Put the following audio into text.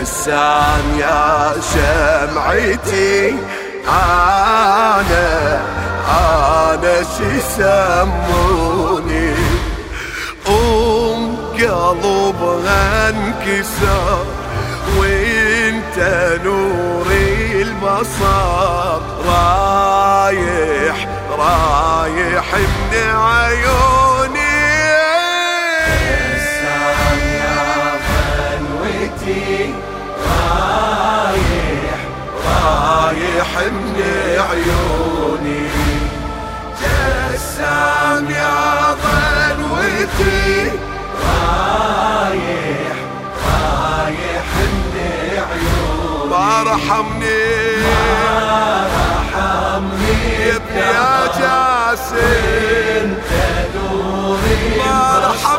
جسام يا شمعتي، أنا شي يسموني قلبها انكسر وانت نوري البصر، رايح من عيوني. جسام يا غنوتي، رايح من عيوني. جسام يا غنوتي، رايح من عيوني. ما رحمني يا جاسم، انت نوري ما رحمني